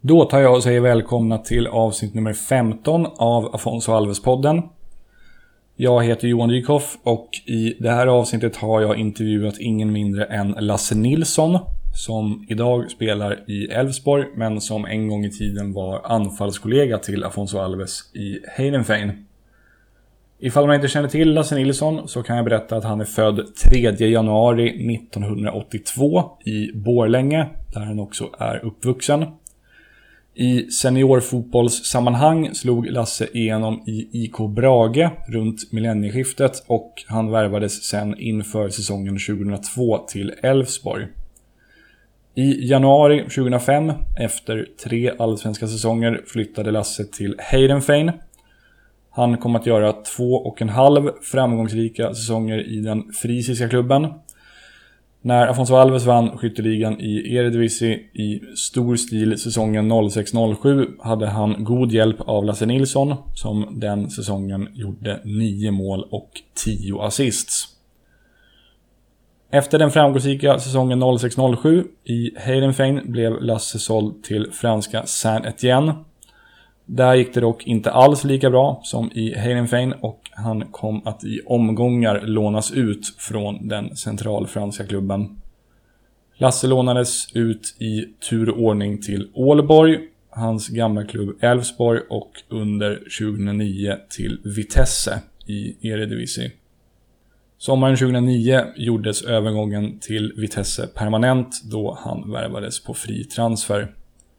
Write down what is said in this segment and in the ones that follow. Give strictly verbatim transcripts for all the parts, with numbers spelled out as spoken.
Då tar jag och säger välkomna till avsnitt nummer femton av Afonso Alves-podden. Jag heter Johan Dykhoff och i det här avsnittet har jag intervjuat ingen mindre än Lasse Nilsson, som idag spelar i Elfsborg men som en gång i tiden var anfallskollega till Afonso Alves i Heerenveen. Ifall man inte känner till Lasse Nilsson så kan jag berätta att han är född tredje januari nittonhundraåttiotvå i Borlänge, där han också är uppvuxen. I seniorfotbollssammanhang slog Lasse igenom i I K Brage runt millennieskiftet och han värvades sen inför säsongen tjugohundratvå till Elfsborg. I januari tjugohundrafem, efter tre allsvenska säsonger, flyttade Lasse till Heerenveen. Han kom att göra två och en halv framgångsrika säsonger i den frisiska klubben. När Afonso Alves vann skytteligan i Eredivisie i stor stil säsongen noll sex noll sju hade han god hjälp av Lasse Nilsson, som den säsongen gjorde nio mål och tio assists. Efter den framgångsrika säsongen noll sex noll sju i Heerenveen blev Lasse såld till franska Saint-Étienne. Där gick det dock inte alls lika bra som i Heerenveen och han kom att i omgångar lånas ut från den centralfranska klubben. Lasse lånades ut i turordning till Ålborg, hans gamla klubb Elfsborg, och under tjugohundranio till Vitesse i Eredivisie. Sommaren tjugohundranio gjordes övergången till Vitesse permanent då han värvades på fri transfer.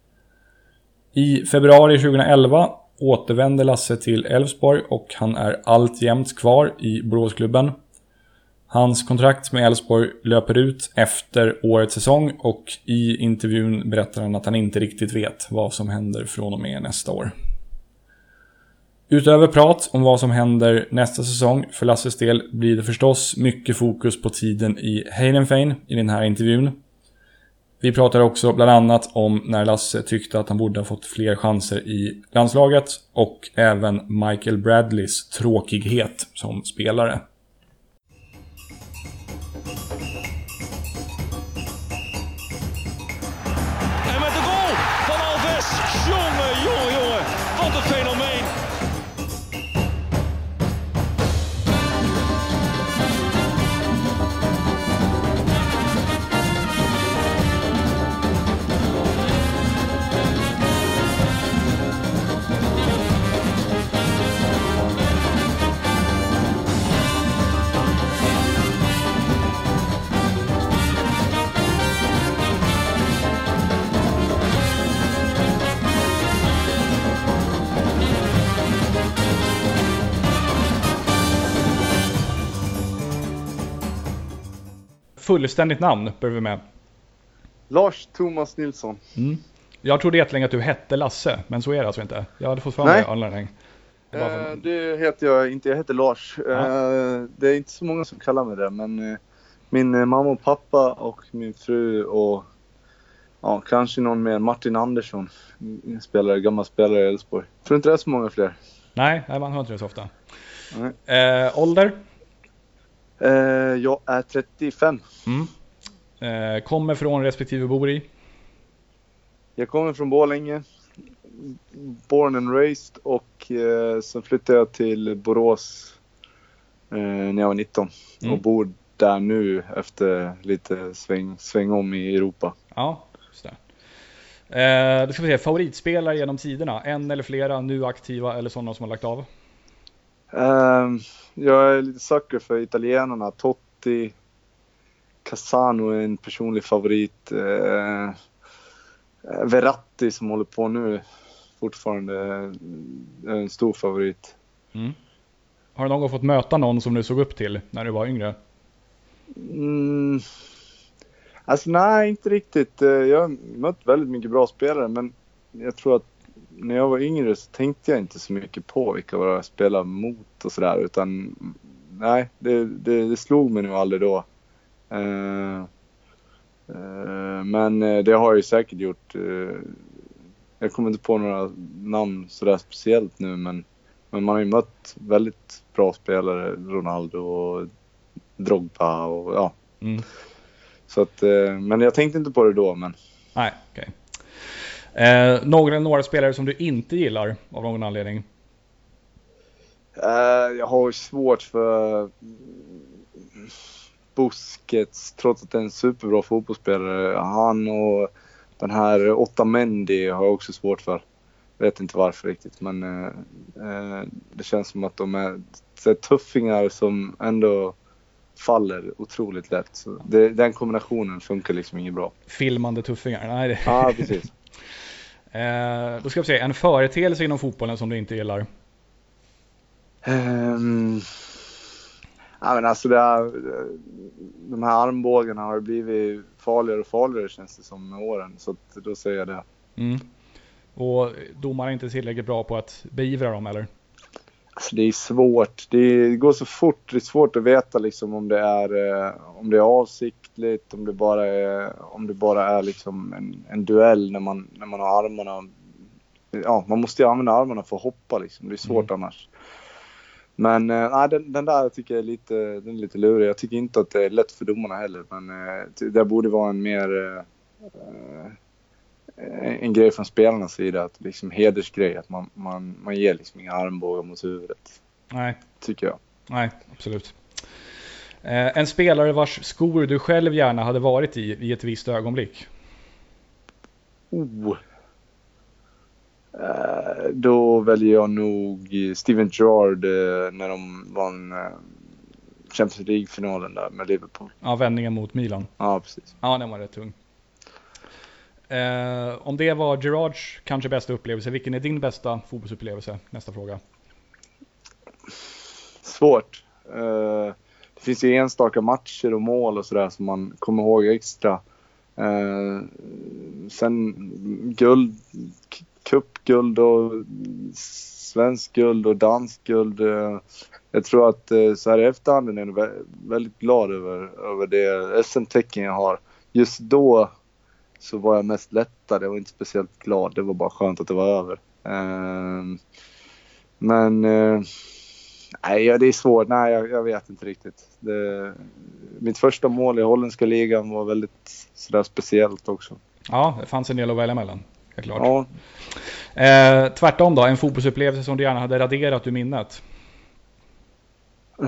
I februari tjugohundraelva återvände Lasse till Elfsborg och han är alltjämt kvar i Boråsklubben. Hans kontrakt med Elfsborg löper ut efter årets säsong och i intervjun berättar han att han inte riktigt vet vad som händer från och med nästa år. Utöver prat om vad som händer nästa säsong för Lasses del blir det förstås mycket fokus på tiden i Heerenveen i den här intervjun. Vi pratar också bland annat om när Lasse tyckte att han borde ha fått fler chanser i landslaget och även Michael Bradleys tråkighet som spelare. En met de goal van Alves. Jongen, jongen, jongen. Wat een fenomeen. Fullständigt namn börjar vi med. Lars Thomas Nilsson. Mm. Jag trodde jättelänge att du hette Lasse, men så är det alltså inte. Jag hade fått fram det anledning. Eh, det heter jag inte, jag heter Lars. Ja. Eh, det är inte så många som kallar mig det, men eh, min eh, mamma och pappa och min fru och ja, kanske någon mer, Martin Andersson, spelare, gammal spelare i Elfsborg. Jag tror inte det är så många fler. Nej, man hör inte det så ofta. Eh, ålder? Eh, jag är trettiofem. Mm. Eh, kommer från respektive bor i? Jag kommer från Borlänge. Born and raised. Och eh, sen flyttade jag till Borås eh, när jag var nitton. Mm. Och bor där nu efter lite sväng, sväng om i Europa. Ja, just det. Eh, då ska vi se, favoritspelare genom tiderna. En eller flera nu aktiva eller sådana som har lagt av? Uh, jag är lite sucker för italienarna. Totti, Cassano är en personlig favorit. Uh, Verratti som håller på nu fortfarande är en stor favorit. Mm. Har du någon gång fått möta någon som du såg upp till när du var yngre? Mm. Alltså nej, inte riktigt. Jag har mött väldigt mycket bra spelare, men jag tror att när jag var yngre så tänkte jag inte så mycket på vilka var jag spelade mot och sådär, utan nej, det, det, det slog mig nog aldrig då. Uh, uh, men det har jag ju säkert gjort. Uh, jag kommer inte på några namn sådär speciellt nu, men, men man har ju mött väldigt bra spelare, Ronaldo och Drogba och ja. Mm. Så att, uh, men jag tänkte inte på det då, men... Nej, okej. Eh, några, några spelare som du inte gillar av någon anledning? Uh, jag har svårt för Busquets, trots att det är en superbra fotbollsspelare. Han och den här Otamendi har jag också svårt för. Vet inte varför riktigt, men uh, uh, det känns som att de är så tuffingar som ändå faller otroligt lätt. Så det, den kombinationen funkar liksom inget bra. Filmande tuffingar? Nej, det... Ja, precis. uh, då ska vi se, en företeelse inom fotbollen som du inte gillar? Um, ja, men alltså det här, de här armbågarna har blivit farligare och farligare, känns det som, med åren. Så att då säger jag det. Mm. Och domar är inte tillräckligt bra på att beivra dem, eller? Alltså det är svårt. Det går så fort. Det är svårt att veta liksom om det är om det är avsiktligt, om det bara är om det bara är liksom en, en duell när man när man har armarna. Ja, man måste ju använda armarna för att hoppa liksom. Det är svårt mm. annars. Men nej, den, den där tycker jag är lite den är lite lurig. Jag tycker inte att det är lätt för domarna heller, men det borde vara en mer eh, en grej från spelarnas sida, att liksom hedersgrej, att man, man, man ger liksom inga armbågar mot huvudet. Nej. Tycker jag. Nej, absolut. Eh, en spelare vars skor du själv gärna hade varit i i ett visst ögonblick? Oh. Eh, då väljer jag nog Steven Gerrard eh, när de vann eh, Champions League-finalen där med Liverpool. Ja, vändningen mot Milan. Ja, precis. Ja, den var rätt tung. Eh, om det var Gerrards kanske bästa upplevelse, vilken är din bästa fotbollsupplevelse? Nästa fråga. Svårt. Eh, det finns ju enstaka matcher och mål och sådär som man kommer ihåg extra. Eh, sen guld, cupguld och svensk guld och dansk guld. Eh, jag tror att eh, så här i efterhand är jag väldigt glad över, över det S M-tecken jag har. Just då så var jag mest lättad. Jag var inte speciellt glad. Det var bara skönt att det var över. Uh, men uh, nej, ja, det är svårt. Nej, jag, jag vet inte riktigt. Det, mitt första mål i holländska ligan var väldigt sådär speciellt också. Ja, det fanns en del att välja mellan. Helt klart. Ja. Uh, tvärtom då, en fotbollsupplevelse som du gärna hade raderat ur minnet? Uh,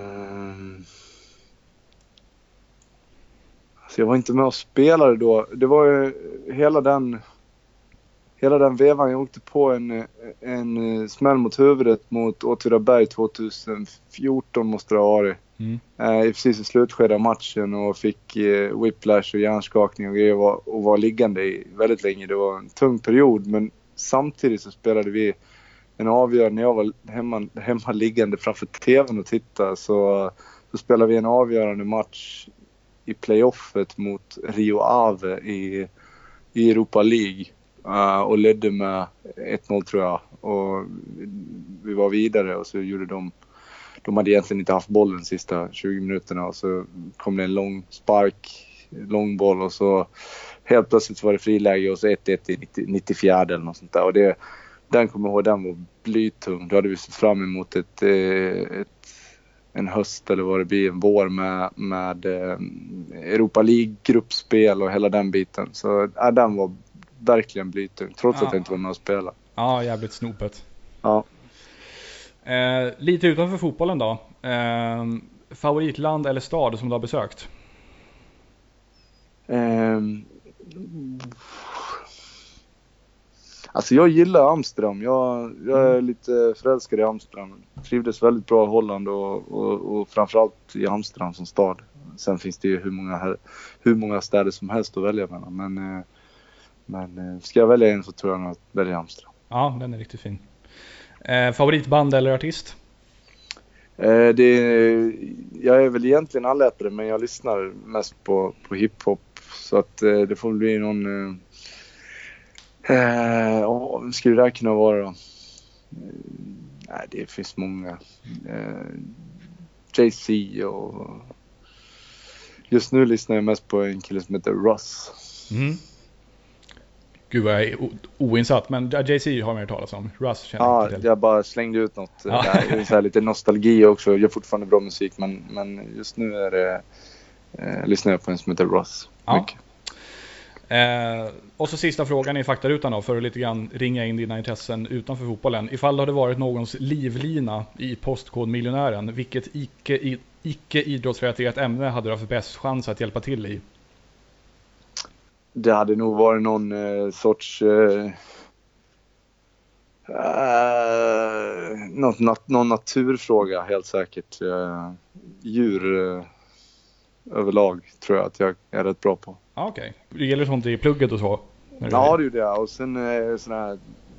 Så jag var inte med och spelade då. Det var ju hela den hela den vevan. Jag åkte på en, en smäll mot huvudet mot Åtvidaberg tjugohundrafjorton måste det ha varit. Mm. Eh, precis i slutskedet av matchen och fick eh, whiplash och hjärnskakning och grejer och var, och var liggande i väldigt länge. Det var en tung period, men samtidigt så spelade vi en avgörande. När jag var hemma, hemma liggande framför tvn och tittade så, så spelade vi en avgörande match i playoffet mot Rio Ave i, i Europa League uh, och ledde med ett noll tror jag, och vi var vidare och så gjorde de de hade egentligen inte haft bollen de sista tjugo minuterna och så kom det en lång spark, lång boll och så helt plötsligt var det friläge och så ett ett i nittiofyra eller något sånt där, och det, den kommer jag ihåg, den var blytung. Då hade vi sett fram emot ett, ett en höst eller vad det blir, en vår med, med eh, Europa League-gruppspel och hela den biten. Så äh, den var verkligen blytung, trots ja. att jag inte var med att spela. Ja, jävligt snopet. Ja. Eh, lite utanför fotbollen då. Eh, favoritland eller stad som du har besökt? Eh, Alltså jag gillar Amsterdam. Jag, jag är lite förälskad i Amsterdam. Trivdes väldigt bra i Holland och, och, och framförallt i Amsterdam som stad. Sen finns det ju hur många, hur många städer som helst att välja mellan. Men, men ska jag välja en så tror jag att välja Amsterdam. Ja, den är riktigt fin. Eh, favoritband eller artist? Eh, det, jag är väl egentligen allätare, men jag lyssnar mest på, på hiphop. Så att eh, det får bli någon... Eh, Eh, oh, skulle det där kunna vara då? Eh, nej, det finns många. Eh, Jay-Z och just nu lyssnar jag mest på en kille som heter Russ. Mm. Gud vad jag är o- oinsatt, men Jay-Z har man ju talat om. Russ känner ja, jag inte till. Jag bara slängde ut något. Ja. Där, så här lite nostalgi också. Jag gör fortfarande bra musik, men, men just nu är det, eh, lyssnar jag på en som heter Russ. Ja. Mycket. Eh, och så sista frågan i faktarutan då, för att lite grann ringa in dina intressen utanför fotbollen. Ifall det hade varit någons livlina i Postkodmiljonären, vilket icke, icke idrottsrelaterat ämne hade du haft bäst chans att hjälpa till i? Det hade nog varit någon eh, sorts... Eh, eh, något, nat- någon naturfråga, helt säkert. Eh, djur eh, överlag tror jag att jag är rätt bra på. Ah, okej. Okay. Det gäller sånt i plugget och så? Ja, det är det. Och sen är jag sån här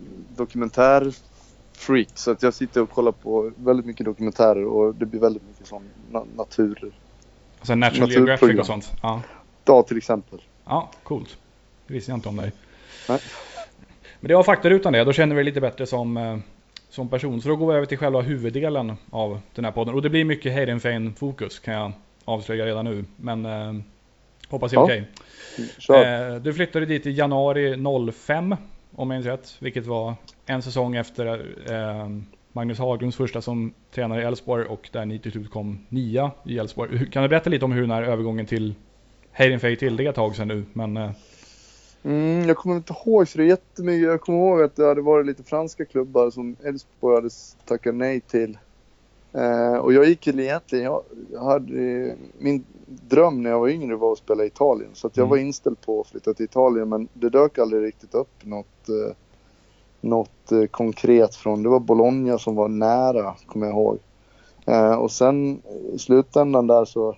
dokumentärfreak. Så att jag sitter och kollar på väldigt mycket dokumentärer. Och det blir väldigt mycket sån na- natur. Alltså National Geographic och sånt? Ja. Ja, till exempel. Ja, coolt. Det visste jag inte om dig. Nej. Men det var faktarutan det. Då känner vi dig lite bättre som, som person. Så då går vi över till själva huvuddelen av den här podden. Och det blir mycket Heerenveen-fokus kan jag avslöja redan nu. Men eh, hoppas det är ja. okej. Eh, du flyttade dit i januari noll fem, om jag inte rätt. Vilket var en säsong efter eh, Magnus Haglunds första som tränare i Elfsborg. Och där ni till slut kom nia i Elfsborg. Kan du berätta lite om hur den här övergången till Heerenveen till det ett tag sedan nu? Men... Eh, Mm, jag kommer inte ihåg så det jättemycket. Jag kommer ihåg att det hade varit lite franska klubbar som Elfsborg hade tackat nej till. Eh, och jag gick ju egentligen, jag hade, min dröm när jag var yngre var att spela i Italien. Så att jag mm. var inställd på att flytta till Italien, men det dök aldrig riktigt upp något, eh, något eh, konkret från. Det var Bologna som var nära, kommer jag ihåg. Eh, och sen i slutändan där så,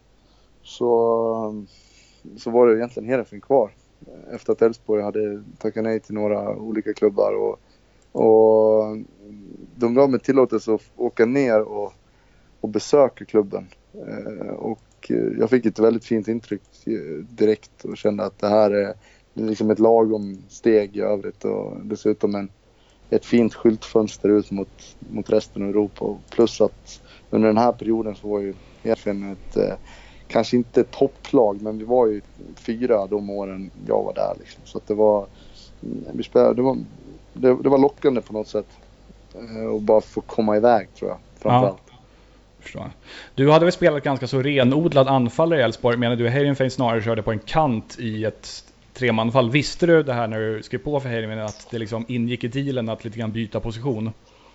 så, så var det egentligen Heerenveen kvar. Efter att Elfsborg hade tackat nej till några olika klubbar och, och de gav mig tillåtelse att åka ner och, och besöka klubben eh, och jag fick ett väldigt fint intryck direkt och kände att det här är liksom ett lagom steg i övrigt och dessutom en, ett fint skyltfönster ut mot, mot resten av Europa och plus att under den här perioden så var ju egentligen ett eh, kanske inte topplag, men vi var ju fyra de åren jag var där liksom. Så att det var vi spelade, det var det, det var lockande på något sätt och bara få komma iväg tror jag framförallt. Ja, förstår. Du hade väl spelat ganska så renodlad anfallare i Elfsborg, medan du Heerenveen snarare körde på en kant i ett tremanfall. Visste du det här när du skrev på för Heerenveen att det liksom ingick i dealen att lite grann byta position?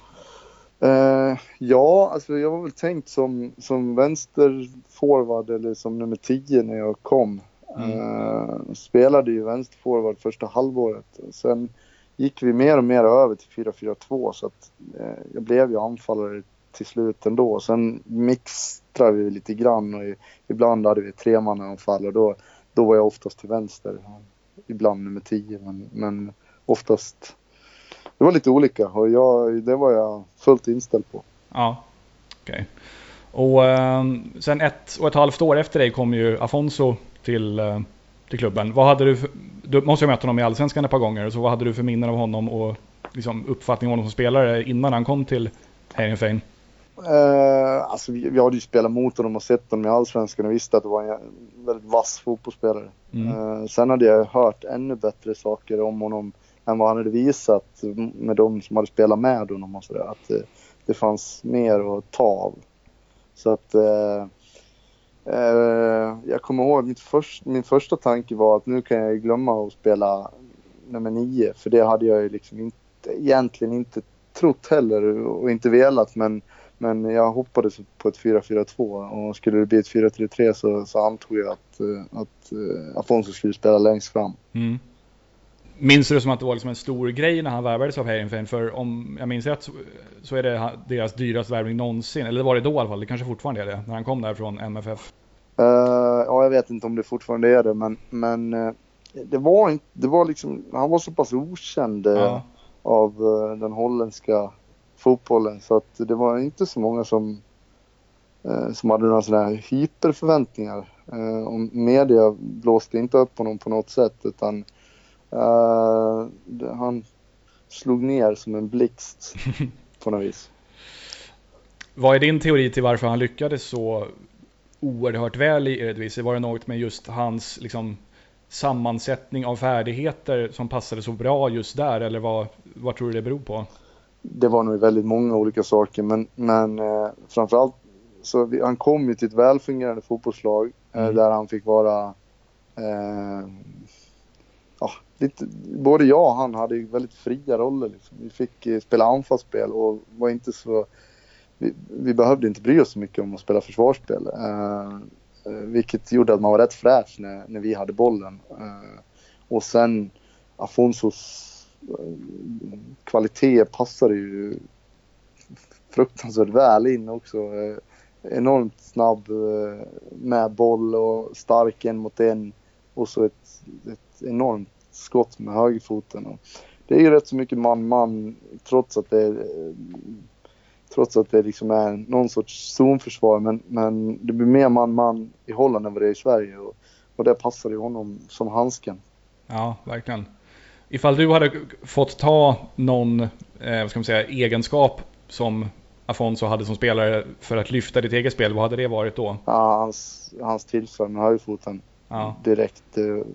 Uh, ja, alltså jag var väl tänkt som, som vänsterforward eller som nummer tio när jag kom. Mm. Uh, spelade ju vänsterforward första halvåret. Sen gick vi mer och mer över till fyra fyra två så att uh, jag blev ju anfallare till slut ändå. Sen mixtrade vi lite grann och i, ibland hade vi tre man anfall och då, då var jag oftast till vänster. Ibland nummer tio men, men oftast... Det var lite olika och jag, det var jag fullt inställd på. Ja, okej. Okay. Och eh, sen ett och ett halvt år efter dig kom ju Afonso till, eh, till klubben. Vad hade du, för, du måste ju ha mött honom i Allsvenskan ett par gånger. Så vad hade du för minnen av honom och liksom, uppfattning om honom som spelare innan han kom till Heerenveen? Eh, alltså vi, vi hade ju spelat mot honom och sett honom i Allsvenskan och visste att det var en väldigt vass fotbollsspelare. Mm. Eh, sen hade jag hört ännu bättre saker om honom än vad han hade visat med de som hade spelat med honom och sådär, att det, det fanns mer att ta av. Så att eh, eh, jag kommer ihåg mitt först, min första tanke var att nu kan jag glömma att spela nummer nio, för det hade jag ju liksom inte, egentligen inte trott heller och inte velat, men, men jag hoppades på ett fyra fyra två och skulle det bli ett fyra tre tre så, så antog jag att, att uh, Afonso skulle spela längst fram. Mm. Minns du det som att det var liksom en stor grej när han värvades av Heerenveen? För om jag minns rätt så, så är det deras dyraste värvning någonsin. Eller var det då i alla fall? Det kanske fortfarande är det. När han kom där från M F F. Uh, ja, jag vet inte om det fortfarande är det. Men, men uh, det var inte... Det var liksom, han var så pass okänd uh, ja. av uh, den holländska fotbollen. Så att det var inte så många som, uh, som hade några sådana här hyperförväntningar. Uh, och media blåste inte upp honom på något sätt. Utan... Uh, det, han slog ner som en blixt på något vis. Vad är din teori till varför han lyckades så oerhört väl i Eredivisie? Var det något med just hans liksom, sammansättning av färdigheter som passade så bra just där? Eller vad, vad tror du det beror på? Det var nog väldigt många olika saker. Men, men eh, framförallt så vi, han kom ju till ett välfungerande fotbollslag mm. eh, där han fick vara... Eh, lite, både jag och han hade ju väldigt fria roller liksom. Vi fick eh, spela anfallsspel och var inte så vi, vi behövde inte bry oss så mycket om att spela försvarsspel. Uh, uh, vilket gjorde att man var rätt fräsch när, när vi hade bollen. Uh, och sen Afonsos uh, kvalitet passade ju fruktansvärt väl in också. Uh, enormt snabb uh, med boll och stark en mot en. Och så ett, ett enormt skott med högerfoten. Och det är ju rätt så mycket man-man trots att det är trots att det liksom är någon sorts zonförsvar, men, men det blir mer man-man i Holland än vad det är i Sverige, och, och det passar ju honom som handsken. Ja, verkligen. Ifall du hade fått ta någon eh, vad ska man säga, egenskap som Afonso hade som spelare för att lyfta ditt eget spel, vad hade det varit då? Ja, hans, hans tillför med högerfoten. Ja. Direkt.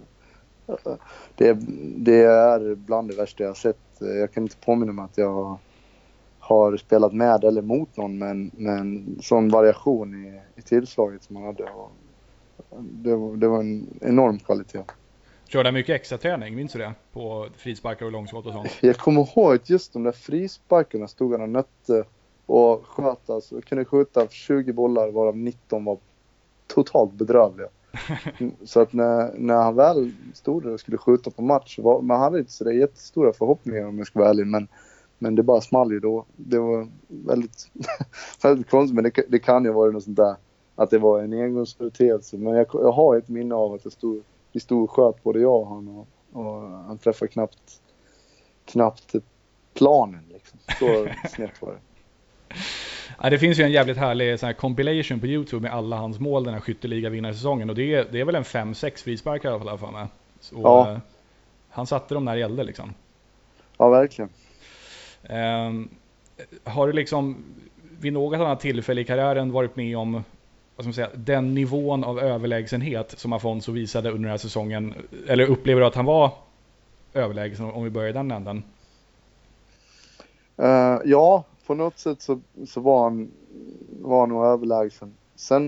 Det, det är bland det värsta jag har sett. Jag kan inte påminna mig att jag har spelat med eller mot någon, men, men sån variation i, i tillslaget som man hade. Och det, var, det var en enorm kvalitet. Körde mycket extra träning, minns du det? På frisparkar och långskott och sånt. Jag kommer ihåg att just de där frisparkarna stod han och nötte och sköt. Alltså, kunde skjuta tjugo bollar varav nitton var totalt bedrövliga. Så att när, när han väl stod där och skulle skjuta på match, var, man hade inte så där jättestora förhoppningar om jag ska vara ärlig, men, men det bara small ju då. Det var väldigt, väldigt konstigt, men det, det kan ju vara något sånt där att det var en engångsföreteelse. Men jag, jag har ett minne av att det stod, vi stod och sköt både jag och han, och, och han träffade knappt knappt planen liksom. Så snett var det. Ja, det finns ju en jävligt härlig sån här compilation på YouTube med alla hans mål den här skytteliga-vinnarsäsongen, och det är, det är väl en fem sex frisparkar i alla fall för mig. Så ja. eh, han satte dem när det gällde liksom. Ja, verkligen. Eh, har du liksom vid något annat tillfälle i karriären varit med om, vad ska man säga, den nivån av överlägsenhet som Afonso visade under den här säsongen, eller upplever du att han var överlägsen om vi börjar i den änden? Uh, ja, på något sätt så, så var han var han nog överlägsen. Sen,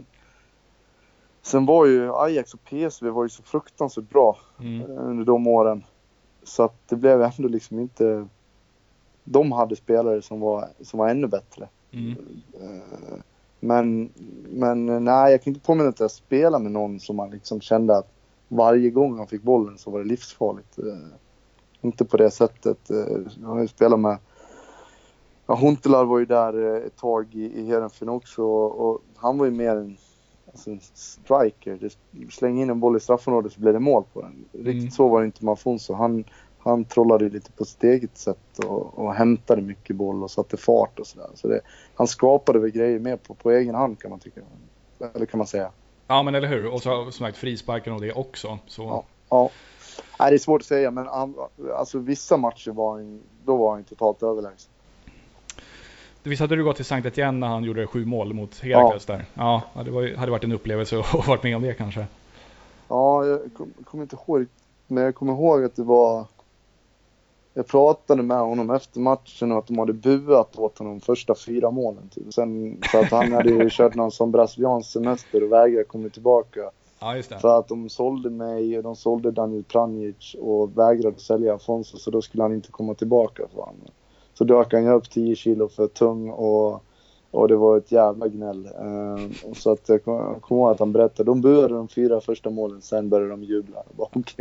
sen var ju Ajax och P S V var ju så fruktansvärt bra mm. under de åren. Så att det blev ändå liksom inte... De hade spelare som var, som var ännu bättre. Mm. Uh, men, men nej, jag kan inte påminna att jag spelade med någon som man liksom kände att varje gång han fick bollen så var det livsfarligt. Uh, inte på det sättet. Uh, jag har ju spelat med... Ja, Huntelaar var ju där ett tag i, i Heerenveen också, och, och han var ju mer en, alltså en striker. Det, släng in en boll i straffområdet så blev det mål på den. Riktigt mm. så var det inte med Afonso. Han, han trollade lite på sitt eget sätt och, och hämtade mycket boll och satte fart och sådär. Så det, han skapade väl grejer mer på, på egen hand, kan man tycka. Eller kan man säga. Ja, men eller hur? Och så som sagt frisparken och det också. Så. Ja, ja. Nej, det är svårt att säga, men han, alltså vissa matcher var han, då var han totalt överlägsen. Visst hade du gått till Sankt Etienne när han gjorde sju mål mot Herakles ja. där? Ja, det var, hade varit en upplevelse att varit med om det kanske. Ja, jag kommer kom inte ihåg, men jag kommer ihåg att det var... Jag pratade med honom efter matchen och att de hade buat åt honom första fyra målen. Typ. Sen, för att han hade ju kört någon som brasiliansk semester och vägrade komma tillbaka. Ja, just det. För att de sålde mig och de sålde Daniel Pranjic och vägrade sälja Afonso, så då skulle han inte komma tillbaka för honom. Så dök han ju upp tio kilo för tung och, och det var ett jävla gnäll. Uh, så att jag kommer kom ihåg att han berättade, de buade de fyra första målen, sen började de jubla. Bara, okay.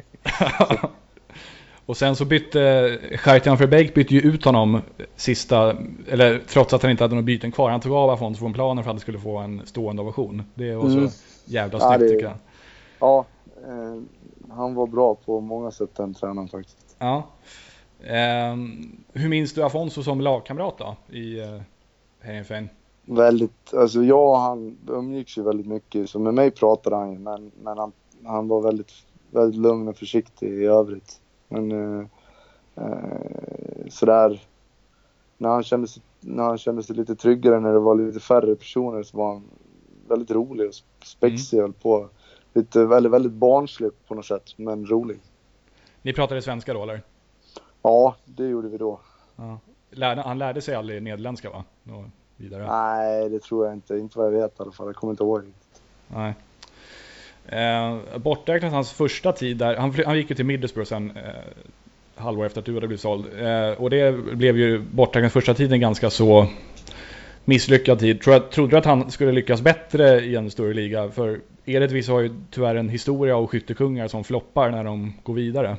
Och sen så bytte Gert-Jan Verbeek bytte ju ut honom sista, eller trots att han inte hade någon byten kvar. Han tog av Afonso från planen för att han skulle få en stående ovation. Det var så mm. jävla snyggt, ja, det, tycker jag. Ja, eh, han var bra på många sätt, den tränaren faktiskt. Ja. Eh, hur minns du Afonso som lagkamrat då i eh, Heerenveen? Väldigt, alltså jag och han umgicks ju väldigt mycket, så med mig pratade han ju, men, men han, han var väldigt, väldigt lugn och försiktig i övrigt. Men eh, eh, sådär, när han, kände sig, när han kände sig lite tryggare, när det var lite färre personer, så var han väldigt rolig och spexig mm. på lite väldigt, väldigt barnslig på något sätt, men rolig. Ni pratade svenska då, eller? Ja, det gjorde vi då. Ja. Lärde, han lärde sig aldrig nederländska, va? Då vidare. Nej, det tror jag inte. Inte vad jag vet i alla fall. Jag kommer inte ihåg. Nej. Eh, borträknat hans första tid där, han, han gick ju till Middlesbrough sen eh, halvår efter att du hade blivit såld. Eh, och det blev ju borträknat första tiden ganska så misslyckad tid. Tror jag, trodde du att han skulle lyckas bättre i en större liga? För Eredvis har ju tyvärr en historia av skyttekungar som floppar när de går vidare.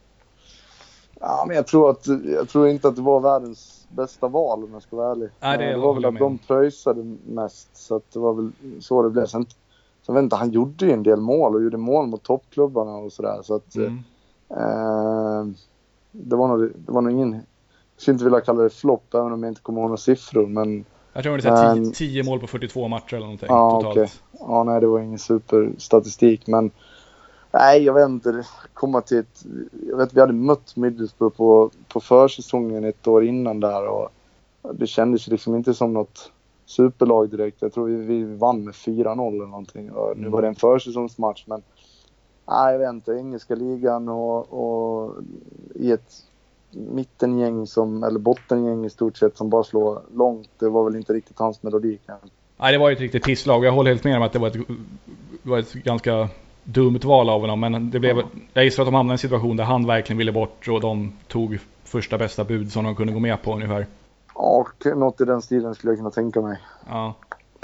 Ja, men jag tror, att, jag tror inte att det var världens bästa val om jag ska vara ärlig. Nej, det, det var väl att de pröjsade mest, så att det var väl så det blev. Sen, sen vet inte, han gjorde ju en del mål och gjorde mål mot toppklubbarna och sådär. Så att mm. eh, det, var nog, det var nog ingen, jag skulle inte vilja kalla det flopp även om jag inte kommer ihåg några siffror. Men, jag tror det var tio, tio mål på fyrtiotvå matcher eller någonting ja, totalt. Okay. Ja, nej, det var ingen superstatistik, men nej, jag vet inte, komma till ett, jag vet vi hade mött Middlesbrough på, på försäsongen ett år innan där och det kändes liksom inte som något superlag direkt. Jag tror vi, vi vann med fyra noll eller någonting och mm. nu var det en försäsongsmatch, men nej, jag vet inte, engelska ligan och, och i ett mittengäng som, eller bottengäng i stort sett som bara slår långt, det var väl inte riktigt hans melodi kanske. Nej, det var ju ett riktigt pisslag. Jag håller helt med om att det var ett, var ett ganska dumt val av honom, men det blev, jag gissar att de hamnade i en situation där han verkligen ville bort och de tog första bästa bud som de kunde gå med på ungefär. Ja, något i den stilen skulle jag kunna tänka mig. Ja.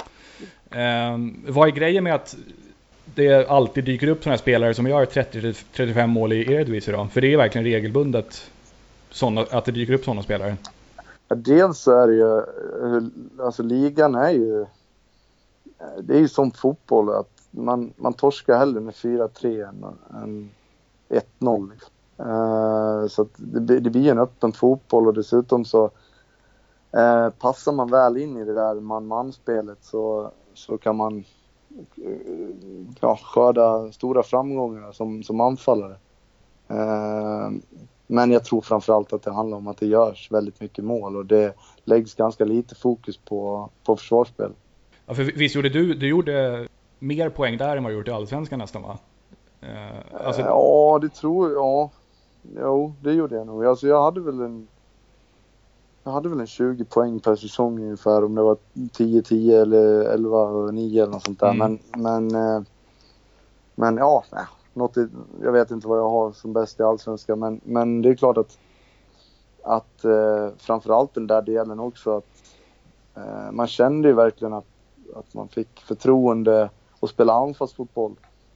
Um, vad är grejen med att det alltid dyker upp sådana här spelare som gör trettio till trettiofem mål i Eredivisie då? För det är verkligen regelbundet såna, att det dyker upp sådana spelare. Ja, dels så är det ju, alltså ligan är ju, det är ju som fotboll att man, man torskar hellre med fyra tre än, än ett noll. Uh, så att det, det blir en öppen fotboll och dessutom så uh, passar man väl in i det där man-man-spelet så, så kan man uh, ja, skörda stora framgångar som, som anfallare. Uh, men jag tror framförallt att det handlar om att det görs väldigt mycket mål och det läggs ganska lite fokus på, på försvarsspel. Ja, för visst gjorde du, du gjorde mer poäng där än vad du gjort i Allsvenskan nästan, va? Uh, alltså... Ja, det tror jag. Ja. Jo, det gjorde jag nog. Alltså jag hade väl en jag hade väl en tjugo poäng per säsong ungefär, om det var tio tio eller elva nio eller något sånt där. Mm. Men men men ja, något i, jag vet inte vad jag har som bäst i Allsvenskan, men men det är klart att att eh, framförallt den där delen också att eh, man kände ju verkligen att att man fick förtroende att spela anfallsfotboll.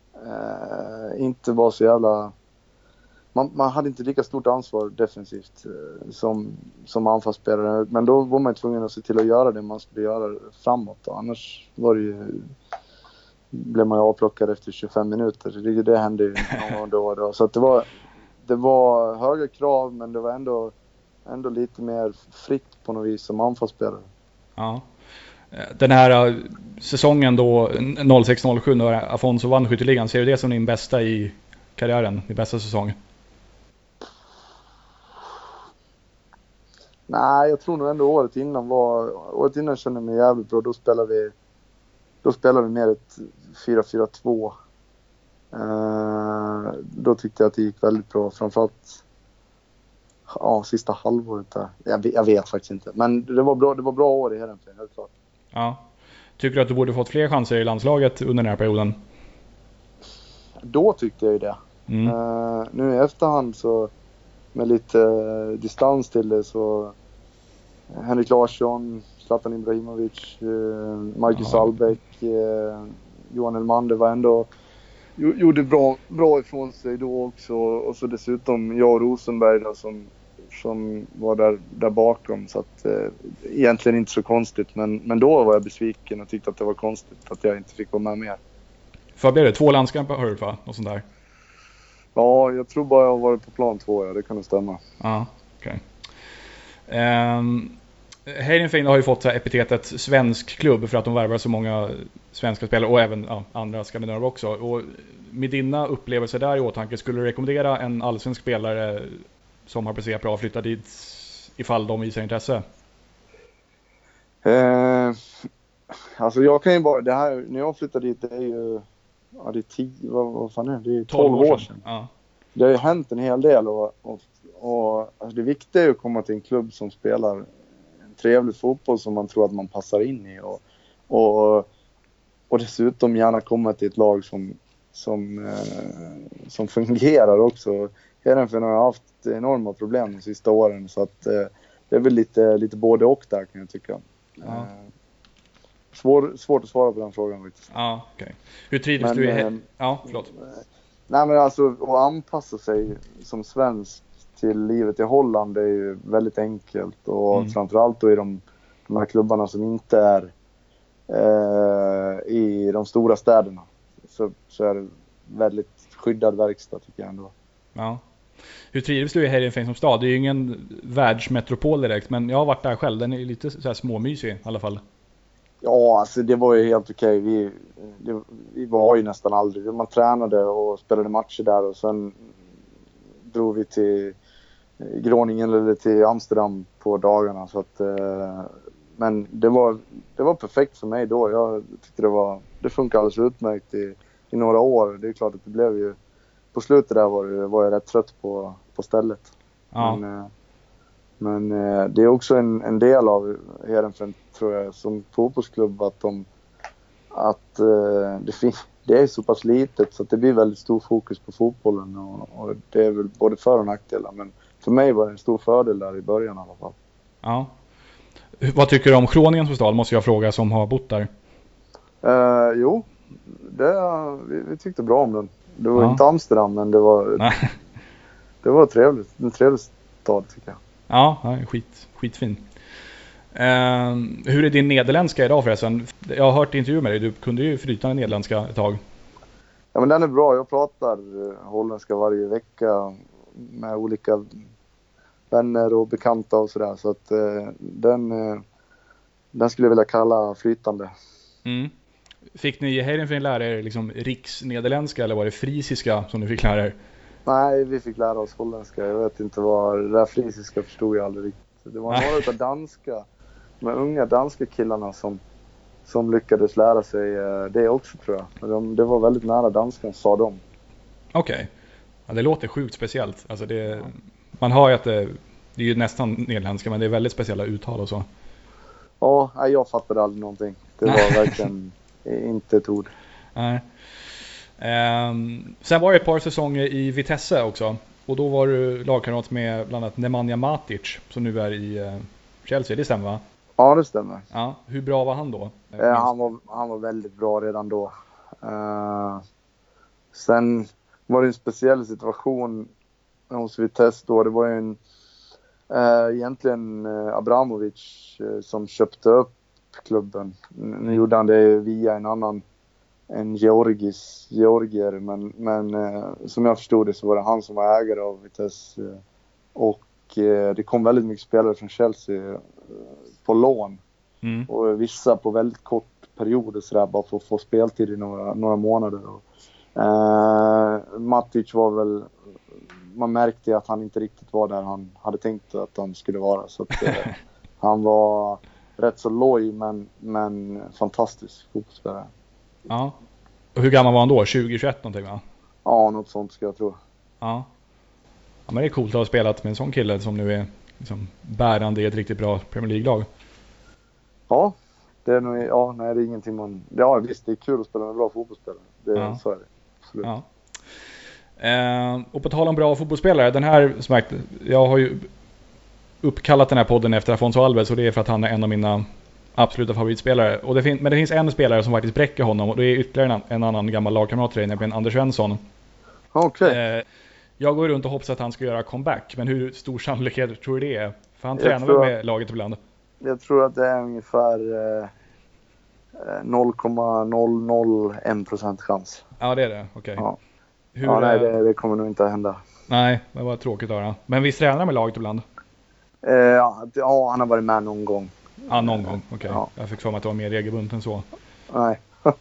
Eh, inte var så jävla man, man hade inte lika stort ansvar defensivt eh, som, som anfallsspelare, men då var man tvungen att se till att göra det man skulle göra framåt och annars var det ju, blev man ju avplockad efter tjugofem minuter, det, det hände ju någon då och då. Så att det var det var höga krav, men det var ändå ändå lite mer fritt på något vis som anfallsspelare. Ja. Den här säsongen då noll sex noll sju när Afonso vann skytteligan, ser du det som din bästa i karriären, din bästa säsong? Nej, jag tror nog ändå året innan var året innan kände jag mig jävligt bra. Då spelade vi då spelade vi mer ett fyra fyra två. Uh, då tyckte jag att det gick väldigt bra, framförallt ja, sista halvåret där. Jag, jag vet faktiskt inte, men det var bra, det var bra år i Heerenveen, helt klart. Ja. Tycker du att du borde fått fler chanser i landslaget under den här perioden? Då tyckte jag ju det. Mm. Uh, nu i efterhand så med lite uh, distans till det så uh, Henrik Larsson, Zlatan Ibrahimovic, uh, Marcus ja. Albeck, uh, Johan Elmander var ändå gjorde bra, bra ifrån sig då också, och så dessutom jag och Rosenberg då, som, som var där, där bakom, så att eh, egentligen inte så konstigt, men, men då var jag besviken och tyckte att det var konstigt att jag inte fick vara med mer. För blev det två landskamper, hör du, va? Och sånt där? Ja, jag tror bara jag har varit på plan två, ja, det kan nog stämma. Ja, okej. Okay. Um... Heerenveen har ju fått så här epitetet svensk klubb för att de värvar så många svenska spelare och även ja, andra skandinaver också. Och med dina upplevelser där i åtanke, skulle du rekommendera en allsvensk spelare som har presterat bra att flytta dit ifall de visar intresse? Eh, alltså jag kan ju bara, det här, när jag flyttade dit, det är ju ja, det är tio, vad, vad fan är det? Det är tolv år sedan. Ja. Det har ju hänt en hel del och, och, och alltså det viktiga är att komma till en klubb som spelar trevlig fotboll som man tror att man passar in i och, och, och dessutom gärna komma till ett lag som, som, eh, som fungerar också. Heerenveen har haft enorma problem de sista åren, så att eh, det är väl lite, lite både och där, kan jag tycka. Ja. Eh, svår, svårt att svara på den frågan faktiskt. Ja, okej. Okay. Hur trivs men, du i... Eh, ja, förlåt. Nej, men alltså att anpassa sig som svensk till livet i Holland är ju väldigt enkelt. Och mm. framförallt då i de, de här klubbarna som inte är eh, i de stora städerna. Så, så är det väldigt skyddad verkstad, tycker jag ändå. Ja. Hur trivs du i Heerenveen som stad? Det är ju ingen världsmetropol direkt, men jag har varit där själv. Den är lite så här småmysig i alla fall. Ja, alltså det var ju helt okej. Vi, det, vi var ju nästan aldrig. Man tränade och spelade matcher där och sen drog vi till Groningen eller till Amsterdam på dagarna. Så att, eh, men det var, det var perfekt för mig då. Jag tyckte det var, det funkar alldeles utmärkt i, i några år. Det är klart att det blev ju, på slutet där var, det, var jag rätt trött på, på stället. Ja. Men, eh, men eh, det är också en, en del av Heerenveen, tror jag, som fotbollsklubb, att de att eh, det, fin- det är så pass litet så att det blir väldigt stor fokus på fotbollen, och, och det är väl både för- och nackdelar, men för mig var det en stor fördel där i början i alla fall. Ja. Vad tycker du om Groningen som stad, måste jag fråga, som har bott där? Eh, jo, det, vi, vi tyckte bra om den. Det var Ja. inte Amsterdam, men det var, det var trevligt. En trevlig stad, tycker jag. Ja, ja skit, skitfin. Uh, hur är din nederländska idag förresten? Jag har hört intervju med dig, du kunde ju flytande nederländska ett tag. Ja, men den är bra. Jag pratar holländska varje vecka med olika vänner och bekanta och sådär. Så att uh, den, uh, den skulle jag vilja kalla flytande. Mm. Fick ni i Heerenveen lära er liksom riksnederländska, eller var det frisiska som ni fick lära er? Nej, vi fick lära oss holländska. Jag vet inte vad det där frisiska förstod jag aldrig riktigt. Det var några av danska, de unga danska killarna som, som lyckades lära sig det också, tror jag. De, det var väldigt nära danskan, sa de. Okej. Okay. Ja, det låter sjukt speciellt. Alltså det, man har ju att det, det är ju nästan nederländska, men det är väldigt speciella uttal och så. Ja, jag fattade aldrig någonting. Det var verkligen inte ett ord. Nej. Um, sen var det ett par säsonger i Vitesse också. Och då var du lagkamrat med bland annat Nemanja Matic, som nu är i uh, Chelsea, det stämmer va? Ja, det stämmer. Ja, hur bra var han då? Eh, han, var, han var väldigt bra redan då. Uh, sen var det en speciell situation hos Vitesse då. Det var ju en, uh, egentligen uh, Abramovic uh, som köpte upp klubben. Nu gjorde han det via en annan, en Georgis, Georgier, men, men eh, som jag förstod det så var det han som var ägare av Vitesse, eh, och eh, det kom väldigt mycket spelare från Chelsea eh, på lån, mm. och vissa på väldigt kort perioder så där, bara för att få speltid i några, några månader. Och, eh, Matic var väl, man märkte att han inte riktigt var där han hade tänkt att han skulle vara, så att, eh, han var rätt så loj, men, men fantastisk fotbollsspelare. Ja. Och hur gammal var han då? tjugo tjugoett någonting va? Ja, något sånt ska jag tro. Ja. Ja, men det är coolt att ha spelat med en sån kille som nu är liksom bärande i ett riktigt bra Premier League-lag. Ja, det är nog, ja, nej, det är ingenting man... Ja, visst, det är kul att spela med bra fotbollsspelare. Det, ja. Så är det. Absolut. Ja. Eh, och på tal om bra fotbollsspelare, den här, som sagt, jag har ju uppkallat den här podden efter Afonso Alves, och det är för att han är en av mina absoluta favoritspelare. Och det fin- men det finns en spelare som faktiskt bräcker honom, och det är ytterligare en, en annan gammal lagkamrat till dig, nämligen Anders Svensson. Okej. Okay. Eh, jag går runt och hoppas att han ska göra comeback, men hur stor sannolikhet tror du det är? För han jag tränar väl med att, laget ibland? Jag tror att det är ungefär eh, noll komma noll noll ett procent chans. Ja, det är det. Okej. Okay. Ja. Hur, ja, nej, det, det kommer nog inte att hända. Nej, det var tråkigt att höra. Men vi tränar med laget ibland? Eh, ja, ja, han har varit med någon gång. Ja, någon gång. Okej. Okay. Ja. Jag fick för mig att det var mer regelbundet än så. Nej.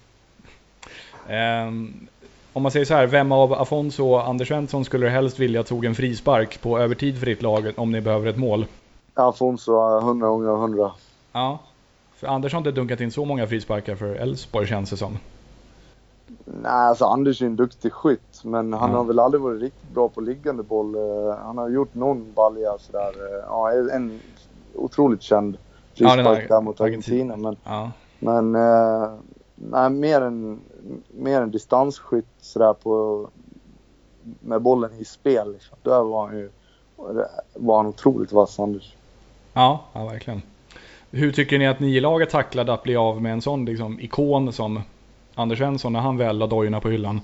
um, om man säger så här, vem av Afonso och Anders Svensson skulle du helst vilja tog en frispark på övertid för ditt lag om ni behöver ett mål? Afonso hundra gånger hundra. Ja. För Anders har inte dunkat in så många frisparkar för Elfsborg, känns det som. Nej, alltså Anders är en duktig skytt, men han ja. har väl aldrig varit riktigt bra på liggande boll. Han har gjort någon balja sådär. Ja, en otroligt känd frispark ja, där mot Argentina. Men, ja. men eh, nej, mer en, mer en distansskytt sådär på, med bollen i spel. Liksom. Där var han ju var han otroligt vass, Anders. Ja, ja, verkligen. Hur tycker ni att ni i laget tacklade att bli av med en sån liksom, ikon som Anders Svensson när han väl la dojorna på hyllan?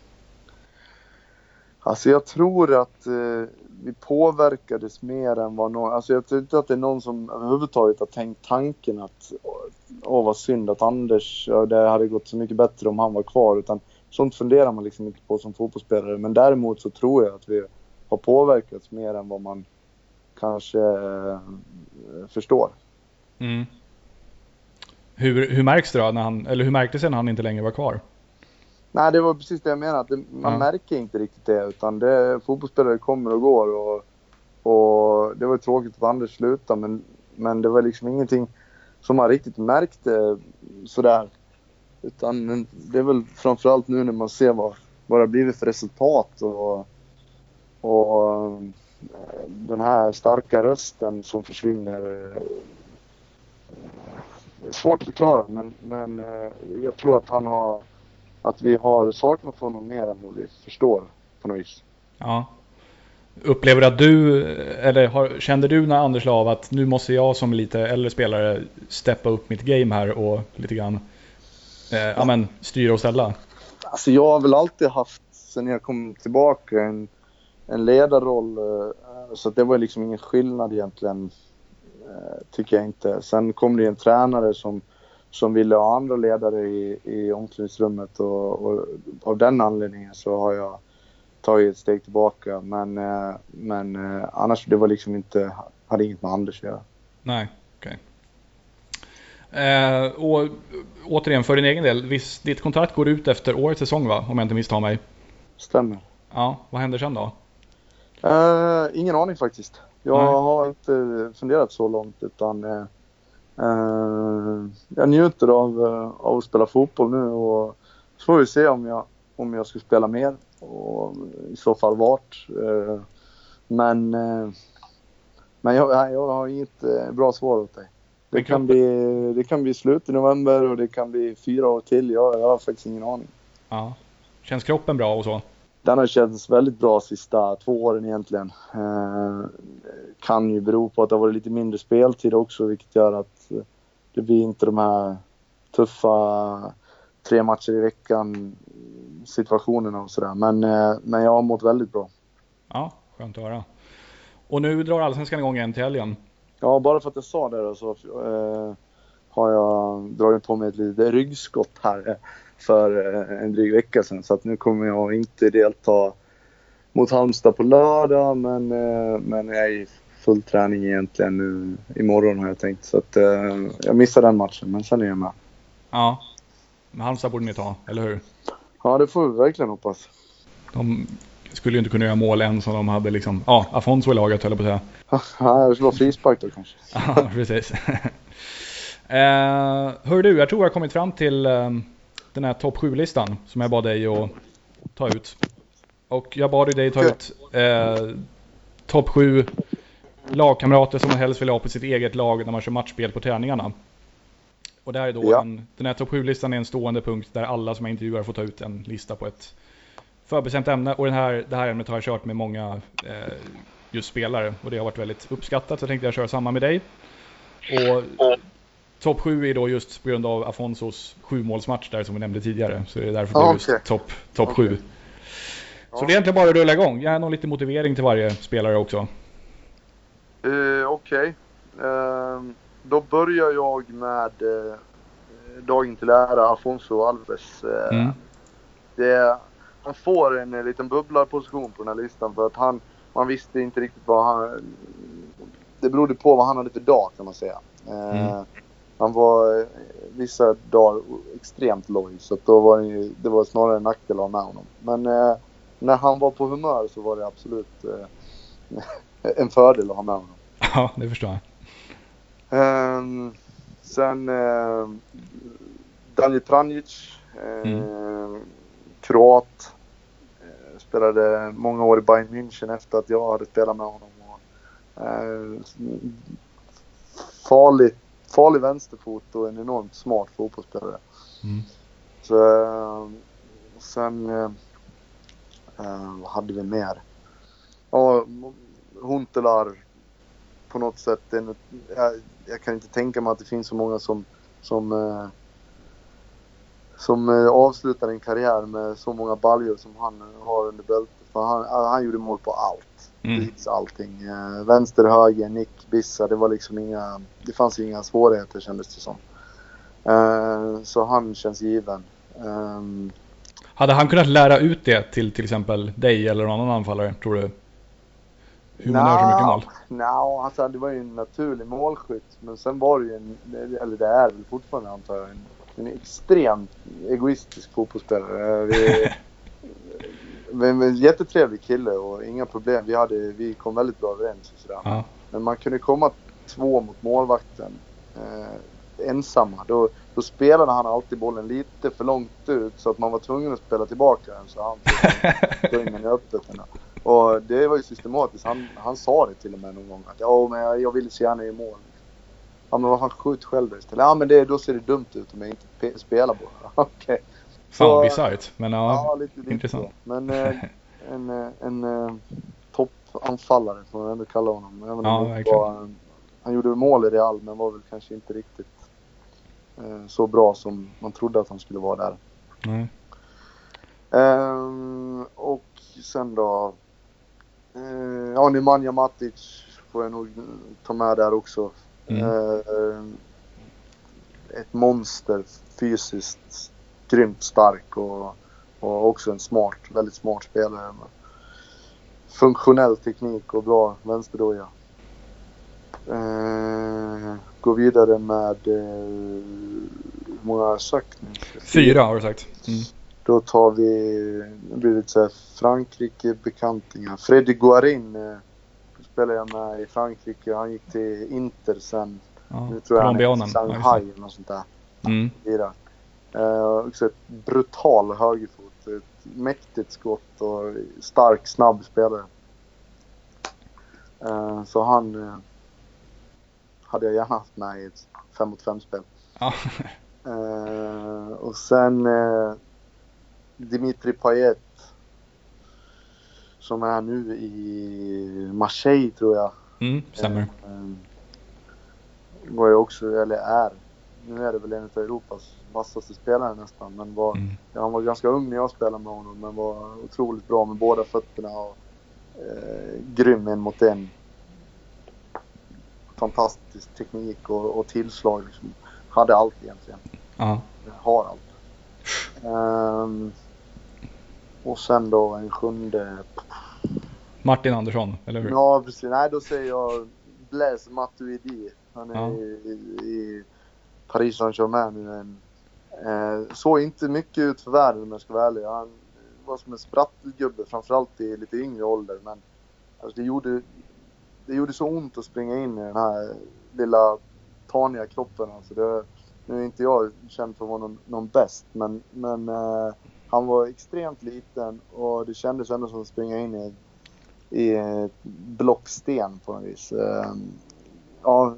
Alltså jag tror att eh, vi påverkades mer än vad någon... Alltså jag tror inte att det är någon som överhuvudtaget har tänkt tanken att åh vad synd att Anders, ja, det hade gått så mycket bättre om han var kvar. Utan sånt funderar man liksom inte på som fotbollsspelare. Men däremot så tror jag att vi har påverkats mer än vad man kanske eh, förstår. Mm. Hur, hur märks det då när han, eller hur märktes det när han inte längre var kvar? Nej, det var precis det jag menade. Att det, man ja. märker inte riktigt det. Utan det, fotbollsspelare kommer och går. Och, och det var tråkigt att Anders slutade. Men, men det var liksom ingenting som man riktigt märkte sådär. Utan det är väl framförallt nu när man ser vad, vad det har blivit för resultat. Och, och den här starka rösten som försvinner. Det är svårt att förklara. Men, men jag tror att han har... Att vi har saknat honom mer än vad vi förstår på något vis. Ja. Upplever att du, eller har, kände du när Anders la av att nu måste jag som lite äldre spelare steppa upp mitt game här och lite grann eh, ja, men, styra och ställa? Alltså jag har väl alltid haft, sen jag kom tillbaka, en, en ledarroll. Så att det var liksom ingen skillnad egentligen, tycker jag inte. Sen kom det en tränare som som ville ha andra ledare i, i omklädningsrummet och, och av den anledningen så har jag tagit ett steg tillbaka. Men, eh, men eh, annars det var liksom inte, hade inget med Anders att göra. Nej, okej. Okay. Eh, och återigen för din egen del, visst, ditt kontrakt går ut efter årets säsong va? Om jag inte misstar mig. Stämmer. Ja, vad händer sen då? Eh, ingen aning faktiskt. Jag Nej. har inte funderat så långt utan... Eh, Uh, jag njuter av, uh, av att spela fotboll nu och så får vi se om jag, om jag ska spela mer och i så fall vart. Uh, men uh, men jag, jag har inget uh, bra svar åt dig. Det kan, bli, det kan bli slut i november och det kan bli fyra år till. Jag, jag har faktiskt ingen aning. Ja. Känns kroppen bra och så? Den har känts väldigt bra sista två åren egentligen. Uh, kan ju bero på att det har varit lite mindre speltid också, vilket gör att det blir inte de här tuffa tre matcher i veckan situationerna och sådär. Men, uh, men jag har mått väldigt bra. Ja, skönt att höra. Och nu drar Allsvenskan igång igen till helgen. Ja, bara för att jag sa det då, så uh, har jag dragit på mig ett litet ryggskott här för uh, en dryg vecka sedan. Så att nu kommer jag inte delta mot Halmstad på lördag, men, uh, men jag är i full träning egentligen nu imorgon har jag tänkt. Så att uh, jag missar den matchen, men sen är jag med. Ja, men Halmstad borde ni ta, eller hur? Ja, det får vi verkligen hoppas. De skulle ju inte kunna göra mål än som de hade liksom, ja, Afonso i laget höll jag på att säga. Ja, det skulle vara frispark då kanske. Ja, precis. eh, hör du, jag tror jag har kommit fram till eh, den här topp sju-listan som jag bad dig att ta ut. Och jag bad dig ta okay. ut eh, topp sju lagkamrater som man helst vill ha på sitt eget lag när man kör matchspel på träningarna. Och där är då ja. en, den här topp sju-listan är en stående punkt där alla som jag intervjuar får ta ut en lista på ett förbestämt ämne. Och den här, det här ämnet har jag kört med många eh, just spelare och det har varit väldigt uppskattat, så jag tänkte jag köra samma med dig. Och topp sju är då just på grund av Afonsos sjumålsmatch där som vi nämnde tidigare, så det är därför det är just topp top okay. sju. Så ja. Det är egentligen bara att rulla igång. Jag har nog lite motivering till varje spelare också. Uh, Okej. Okay. Uh, då börjar jag med uh, dagen till ära Afonso Alves. Uh, mm. det, han får en, en liten bubblarposition på den här listan för att han, man visste inte riktigt vad han... Det berodde på vad han hade för dag kan man säga. Uh, mm. Han var uh, vissa dagar extremt loj, så att då var det, det var snarare en nackdel att ha med honom. Men uh, när han var på humör så var det absolut uh, en fördel att ha med honom. Ja, det förstår jag. Um, sen uh, Daniel Pranjic, uh, mm. kroat, uh, spelade många år i Bayern München efter att jag hade spelat med honom. Och, uh, farlig, farlig vänsterfot och en enormt smart fotbollsspelare. Mm. Så, eh, sen eh, eh, vad hade vi mer? Ja, Huntelaar på något sätt. En, jag, jag kan inte tänka mig att det finns så många som som eh, som eh, avslutar en karriär med så många baljor som han har under bältet. För han, han gjorde mål på allt. Mm. Precis allting. Eh, vänster, höger, nick, bissa. Det var liksom inga, det fanns inga svårigheter kändes det som. Eh, så han känns given. Eh, Hade han kunnat lära ut det till till exempel dig eller någon annan anfallare, tror du? Hur man gör så mycket mål? Nej, alltså det var ju en naturlig målskytt. Men sen var det ju en, eller det är väl fortfarande antar jag, en, en extremt egoistisk fotbollsspelare. Vi, men en jättetrevlig kille och inga problem. Vi, hade, vi kom väldigt bra överens och sådär. Ja. Men man kunde komma två mot målvakten eh, ensamma. Då, då spelade han alltid bollen lite för långt ut så att man var tvungen att spela tillbaka den. Så han fick gå in i öppet. Och det var ju systematiskt. Han, han sa det till och med någon gång att ja, men jag, jag vill så gärna i mål. Ja, men vad fan, skjut själv då istället. Ja, men det, då ser det dumt ut om jag inte pe- spelar bollen. Okej. Okay. Fan, bisarrt. Men ja, ja lite, lite intressant. Så. Men eh, en, en, en eh, toppanfallare får man ändå kalla honom. Även Ja, om verkligen. var, han gjorde mål i Real men var väl kanske inte riktigt eh, så bra som man trodde att han skulle vara där. Nej. Ehm, och sen då eh, ja, Nemanja Matic får jag nog ta med där också. Mm. Ehm, ett monster fysiskt, grymt stark och, och också en smart, väldigt smart spelare med funktionell teknik och bra vänsterdoja. Eh, gå vidare med eh, hur många har jag sagt nu? Fyra har du sagt. Mm. Då tar vi, det blir lite så här Frankrike-bekantingar. Freddy Guarin eh, spelar jag med i Frankrike. Han gick till Inter sen. Ja. Nu tror jag han är i Colombianen. Shanghai eller något sånt där. Mm. Eh, också ett brutal högerfot. Ett mäktigt skott och stark, snabb spelare. Eh, så han eh, hade jag gärna haft med i ett fem mot fem spel. Ja. Eh, och sen eh, Dimitri Payet som är nu i Marseille tror jag. Mm, stämmer. Eh, var jag också, eller är. Nu är det väl en av Europas vassaste spelare nästan. Men var, Mm. ja, han var ganska ung när jag spelade med honom. Men var otroligt bra med båda fötterna. Och eh, grym en mot en. Fantastisk teknik och, och tillslag. Liksom. Hade allt egentligen. Ja. Har allt. Um, och sen då en sjunde. Martin Andersson, eller hur? Ja, precis. Nej, då säger jag Blaise Matuidi. Han är Ja. i, i Paris Saint-Germain nu. En, eh, så inte mycket ut för världen om jag ska vara ärlig. Han var som en sprattelgubbe, framförallt i lite yngre ålder. Men alltså, det, gjorde, det gjorde så ont att springa in i den här lilla taniga kroppen. Alltså, det, nu är inte jag känd för att vara någon, någon bäst. Men, men eh, han var extremt liten och det kändes ändå som att springa in i i ett blocksten på något vis. Ja,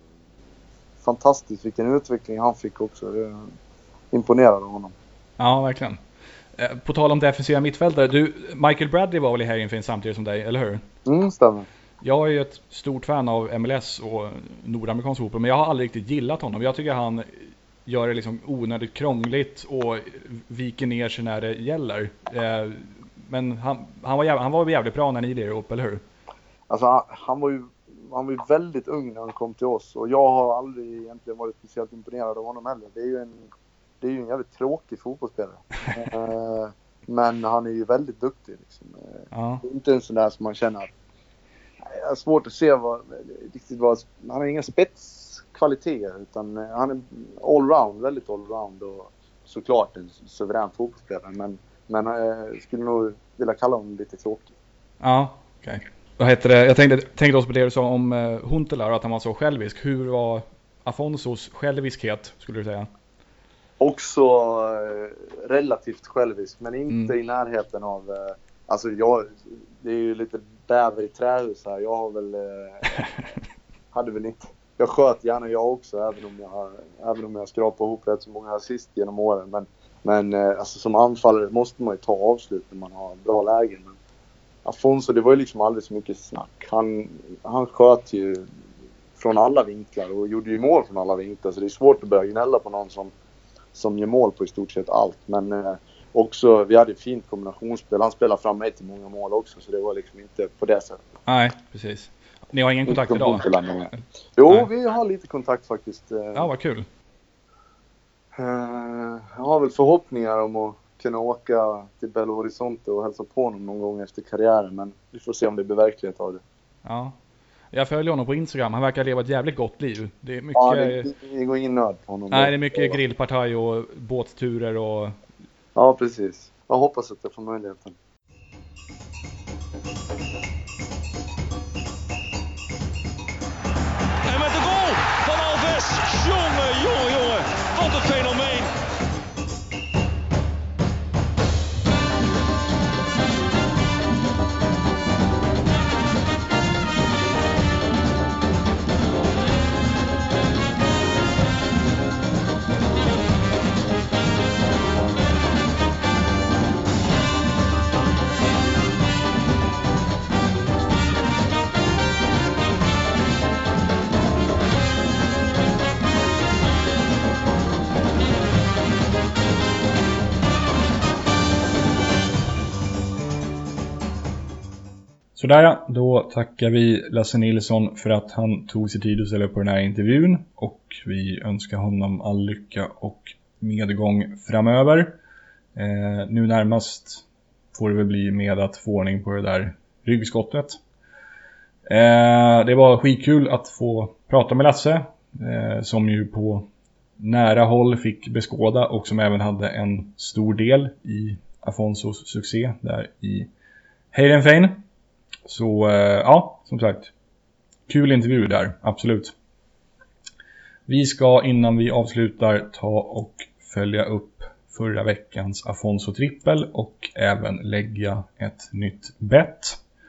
fantastiskt vilken utveckling han fick också. Det imponerade honom. Ja, verkligen. Eh, På tal om defensiva mittfältare, du, Michael Bradley var väl i Herrenfin samtidigt som dig, eller hur? Mm, stämmer. Jag är ju ett stort fan av M L S och nordamerikansk fotboll, men jag har aldrig riktigt gillat honom. Jag tycker han gör det liksom onödigt krångligt och viker ner sig när det gäller. Eh, Men han, han, var jävligt, han var jävligt bra när ni lirade ihop, eller hur? Alltså han, han var ju han var ju väldigt ung när han kom till oss. Och jag har aldrig egentligen varit speciellt imponerad av honom heller. Det är ju en, det är ju en jävligt tråkig fotbollsspelare. uh, men han är ju väldigt duktig. Liksom. Uh, Ja. Det är inte en sån där som man känner att jag har svårt att se vad, riktigt vad, han har inga spetskvaliteter utan uh, han är allround, väldigt allround och såklart en suverän fotbollsspelare. Men, men uh, skulle nog vilja kalla honom lite tråkig. Ja, okej. Okay. Vad heter det? Jag tänkte, tänkte också på det du sa om uh, Huntelaar, att han var så självisk. Hur var Afonsos själviskhet, skulle du säga? Också eh, relativt självisk, men inte mm. i närheten av... Eh, alltså jag... Det är ju lite bäver i trähus här. Jag har väl... Eh, hade väl inte... Jag sköt gärna jag också, även om jag, även om jag skrapade ihop rätt så många assist genom åren. Men Men eh, alltså, som anfallare måste man ju ta avslut när man har bra lägen. Men Afonso, det var ju liksom aldrig så mycket snack. Han, han sköt ju från alla vinklar och gjorde ju mål från alla vinklar. Så det är svårt att börja gnälla på någon som, som gör mål på i stort sett allt. Men eh, också, vi hade ett fint kombinationsspel. Han spelade fram mig till många mål också, så det var liksom inte på det sättet. Nej, precis. Ni har ingen kontakt idag? Jo, Nej. Vi har lite kontakt faktiskt. Ja, vad kul. Jag har väl förhoppningar om att kunna åka till Belo Horizonte och hälsa på honom någon gång efter karriären. Men vi får se om det blir verklighet av det. Ja. Jag följer honom på Instagram. Han verkar leva ett jävligt gott liv. Det är mycket... Ja, det, det går ingen nöd på honom. Nej, det är mycket grillpartaj och båtturer och... Ja, precis. Jag hoppas att jag får möjligheten. En met de goal van Alves. Jongen, jongen, jongen. Wat een fenomeen. Sådär ja, då tackar vi Lasse Nilsson för att han tog sig tid att ställa upp på den här intervjun. Och vi önskar honom all lycka och medgång framöver. Eh, nu närmast får det väl bli med att få ordning på det där ryggskottet. Eh, det var skitkul att få prata med Lasse. Eh, som ju på nära håll fick beskåda och som även hade en stor del i Afonsos succé där i Heerenveen. Så eh, ja, som sagt, kul intervju där, absolut. Vi ska innan vi avslutar ta och följa upp förra veckans Afonso trippel och även lägga ett nytt bett.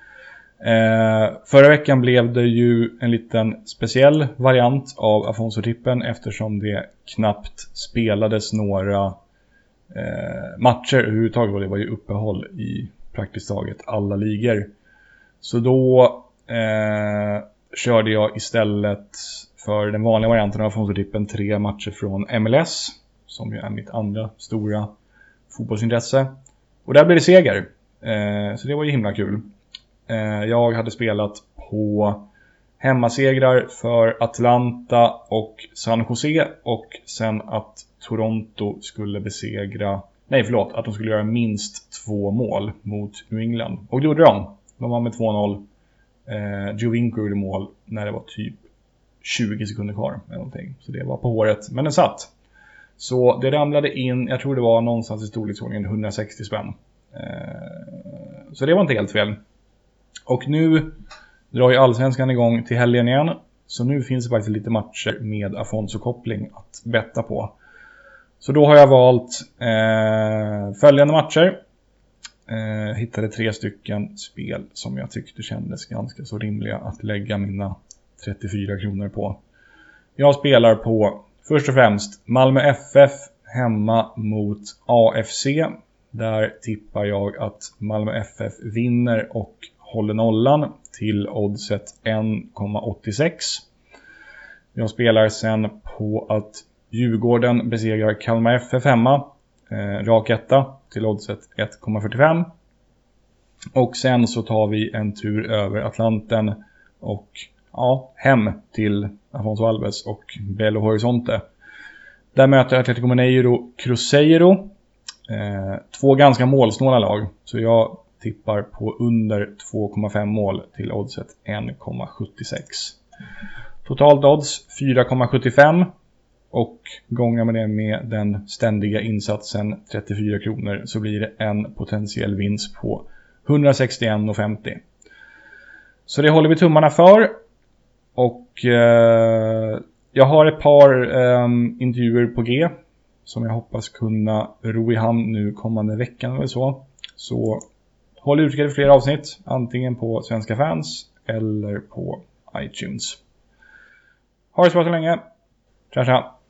Eh, förra veckan blev det ju en liten speciell variant av Afonso trippeln eftersom det knappt spelades några eh, matcher överhuvudtaget och det var ju uppehåll i praktiskt taget alla ligor. Så då eh, körde jag istället för den vanliga varianten av Afonso-trippen tre matcher från M L S. Som ju är mitt andra stora fotbollsintresse. Och där blev det seger. Eh, så det var ju himla kul. Eh, jag hade spelat på hemmasegrar för Atlanta och San Jose. Och sen att Toronto skulle besegra... Nej förlåt, att de skulle göra minst två mål mot New England. Och det gjorde de. De var med två noll. Eh, Giovinco gjorde mål när det var typ tjugo sekunder kvar. Eller någonting. Så det var på håret. Men den satt. Så det ramlade in, jag tror det var någonstans i storleksordningen hundrasextio spänn. Eh, så det var inte helt fel. Och nu drar ju Allsvenskan igång till helgen igen. Så nu finns det faktiskt lite matcher med Afonso-koppling att betta på. Så då har jag valt eh, följande matcher. Eh, hittade tre stycken spel som jag tyckte kändes ganska så rimliga att lägga mina trettiofyra kronor på. Jag spelar på först och främst Malmö F F hemma mot A F C. Där tippar jag att Malmö F F vinner och håller nollan till oddset en komma åttiosex. Jag spelar sen på att Djurgården besegrar Kalmar F F hemma. Eh, rak etta till oddset ett komma fyrtiofem. Och sen så tar vi en tur över Atlanten och ja, hem till Afonso Alves och Belo Horizonte. Där möter Atletico Mineiro Cruzeiro. Eh, två ganska målsnåla lag. Så jag tippar på under två komma fem mål till oddset en komma sjuttiosex. Totalt odds fyra komma sjuttiofem. Och gångar med det med den ständiga insatsen trettiofyra kronor så blir det en potentiell vinst på hundrasextioen komma femtio. Så det håller vi tummarna för. Och eh, jag har ett par eh, intervjuer på G som jag hoppas kunna ro i hamn nu kommande veckan eller så. Så håll utkik för fler avsnitt, antingen på Svenska Fans eller på iTunes. Ha det så bra så länge. Tja tja.